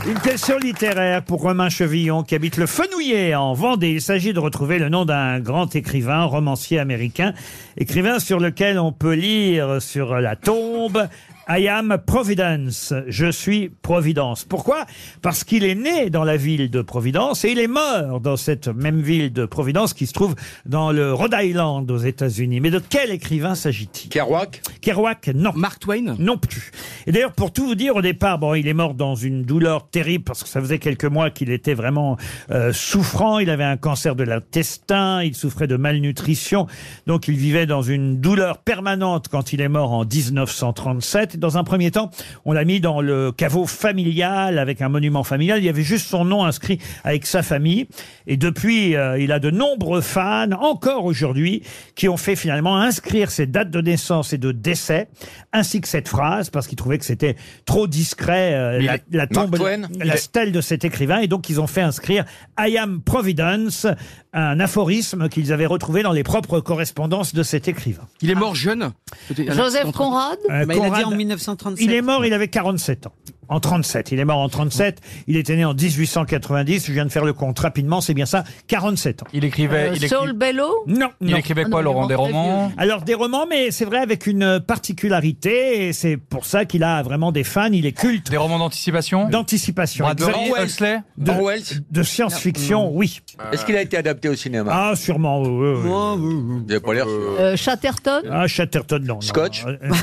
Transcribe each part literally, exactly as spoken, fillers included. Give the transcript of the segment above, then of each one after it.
Une question littéraire pour Romain Chevillon qui habite le Fenouillet en Vendée. Il s'agit de retrouver le nom d'un grand écrivain, romancier américain, écrivain sur lequel on peut lire sur la tombe I am Providence. Je suis Providence. Pourquoi? Parce qu'il est né dans la ville de Providence et il est mort dans cette même ville de Providence qui se trouve dans le Rhode Island aux États-Unis. Mais de quel écrivain s'agit-il? Kerouac? Kerouac, non. Mark Twain? Non plus. Et d'ailleurs, pour tout vous dire, au départ, bon, il est mort dans une douleur terrible parce que ça faisait quelques mois qu'il était vraiment euh, souffrant. Il avait un cancer de l'intestin, il souffrait de malnutrition. Donc, il vivait dans une douleur permanente quand il est mort en dix-neuf cent trente-sept. Dans un premier temps, on l'a mis dans le caveau familial avec un monument familial. Il y avait juste son nom inscrit avec sa famille. Et depuis, euh, il a de nombreux fans, encore aujourd'hui, qui ont fait finalement inscrire ses dates de naissance et de décès, ainsi que cette phrase, parce qu'ils trouvaient que c'était trop discret, euh, la, la tombe, la stèle de cet écrivain. Et donc, ils ont fait inscrire I am Providence, un aphorisme qu'ils avaient retrouvé dans les propres correspondances de cet écrivain. Il est mort jeune. Joseph Conrad, euh, bah, Conrad, il a dit en mille neuf cent trente-sept. Il est mort, il avait quarante-sept ans. En trente-sept. Il est mort en trente-sept. Il était né en dix-huit cent quatre-vingt-dix. Je viens de faire le compte rapidement. C'est bien ça. quarante-sept ans. Il écrivait. euh, il, écri... Saul Bellow. Non, il non. écrivait Ah quoi, non, Laurent? Des romans? Alors, des romans, mais c'est vrai avec une particularité. Et c'est pour ça qu'il a vraiment des fans. Il est culte. Des romans d'anticipation? D'anticipation. Bradbury, Exactement. Huxley? De, Orwell? de science-fiction, oui. Est-ce qu'il a été adapté au cinéma? Ah, sûrement. Oui, oui, oui. Oh, oui, oui. Vous n'avez pas l'air sûr. Euh, Chatterton. Ah, Chatterton, non. non. Scotch?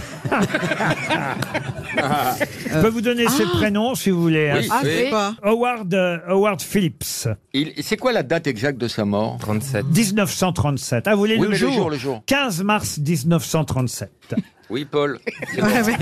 Je peux vous donner ses prénoms si vous voulez. Oui. Ah, Oui. c'est pas. Howard, euh, Howard Phillips, Il- C'est quoi la date exacte de sa mort? trente-sept. dix-neuf cent trente-sept. Ah, vous voulez Oui, le, mais jour? le jour, le jour. quinze mars mille neuf cent trente-sept. Oui, Paul. C'est bon. Ouais, mais-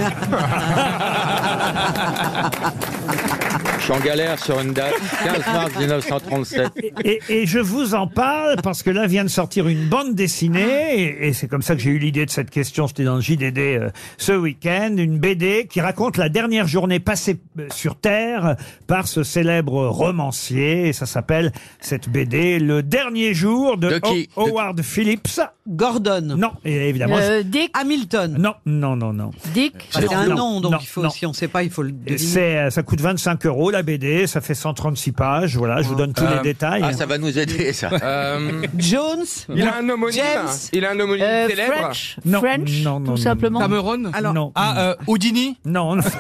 Je suis en galère sur une date. quinze mars mille neuf cent trente-sept. Et, et je vous en parle parce que là vient de sortir une bande dessinée et, et c'est comme ça que j'ai eu l'idée de cette question. C'était dans le J D D euh, ce week-end, une B D qui raconte la dernière journée passée euh, sur Terre par ce célèbre romancier. Et ça s'appelle cette B D Le dernier jour de, De qui Ho- Howard Phillips. Gordon. Non, et évidemment. Euh, Dick. Hamilton. Non, non, non, non. Dick. Bah, c'est un Non, nom, donc non, il faut, non. si on ne sait pas, il faut le deviner. C'est, euh, ça coûte vingt-cinq euros la B D, ça fait cent trente-six pages. Voilà, je vous donne tous Euh, les détails. Ah, ça va nous aider, ça. Euh, Jones. il a un homonyme. James. Il a un homonyme Euh, célèbre. French. Non, French. non, non, tout non, simplement. Cameron? Alors, non. Ah, euh, Houdini? Non, non.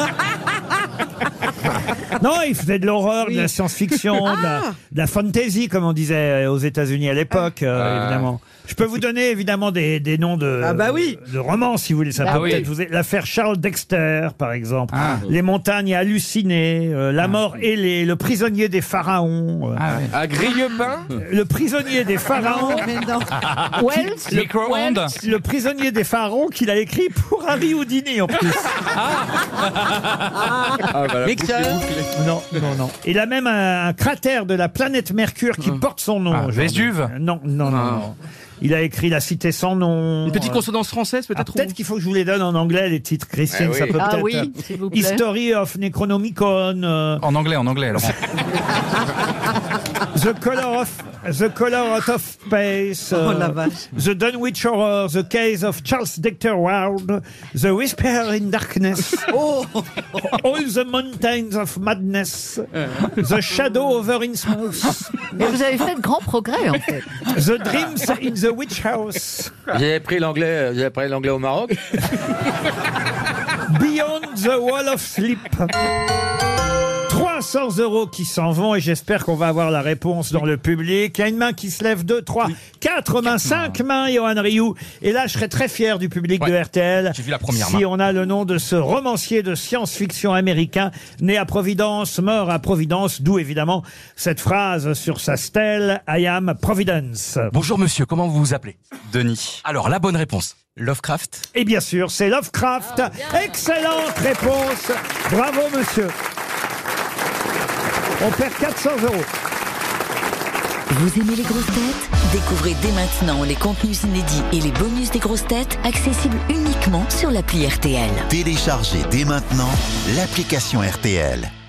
Non, il faisait de l'horreur, Oui. de la science-fiction, de, la, Ah. de la fantasy, comme on disait aux États-Unis à l'époque, euh, Ah. évidemment. Je peux vous donner évidemment des, des noms de, Ah bah oui. de romans, si vous voulez. Ça Bah peut oui. peut-être vous aider. L'affaire Charles Dexter, par exemple. Ah. Les montagnes hallucinées, euh, La mort ailée, Le prisonnier des pharaons. euh, Ah ouais. À Grille-Pain. Le prisonnier des pharaons. mais non. Wells. Micro-ondes? Wells. Le prisonnier des pharaons qu'il a écrit pour Harry Houdini en plus. Ah, bah, la Mixer. boucle est bouclée. Non, non, non. Il a même un, un cratère de la planète Mercure qui porte son nom. Ah, aujourd'hui. Vésuve? Non, non, non, Ah. non. Il a écrit La Cité sans nom. Une petite Euh, consonance française, ah, peut-être? peut-être qu'il faut que je vous les donne en anglais, les titres, Christine. Eh oui. Ça peut Ah peut-être. oui, euh, s'il vous plaît. History of Necronomicon. euh, En anglais, en anglais, Laurent. The Color of The Color Out of Space. Oh euh, la vache. The Dunwich Horror, The Case of Charles Dexter Ward, The Whisper in Darkness, Oh. All the Mountains of Madness, The Shadow over Innsmouth, Mais vous avez fait de grands progrès, en fait. The Dreams in the Witch House, Vous avez pris l'anglais, vous avez pris l'anglais au Maroc? Beyond the Wall of Sleep. trois cents euros qui s'en vont et j'espère qu'on va avoir la réponse dans le public. Il y a une main qui se lève, deux, trois, quatre mains, cinq mains, Johan Rioux. Et là, je serais très fier du public de Ouais. R T L. J'ai vu la première si main. on a le nom de ce romancier de science-fiction américain, né à Providence, mort à Providence, d'où évidemment cette phrase sur sa stèle, I am Providence. Bonjour monsieur, comment vous vous appelez? Denis. Alors, la bonne réponse. Lovecraft? Et bien sûr, c'est Lovecraft. Excellente réponse. Bravo, monsieur. On perd quatre cents euros. Vous aimez les grosses têtes? Découvrez dès maintenant les contenus inédits et les bonus des grosses têtes accessibles uniquement sur l'appli R T L. Téléchargez dès maintenant l'application R T L.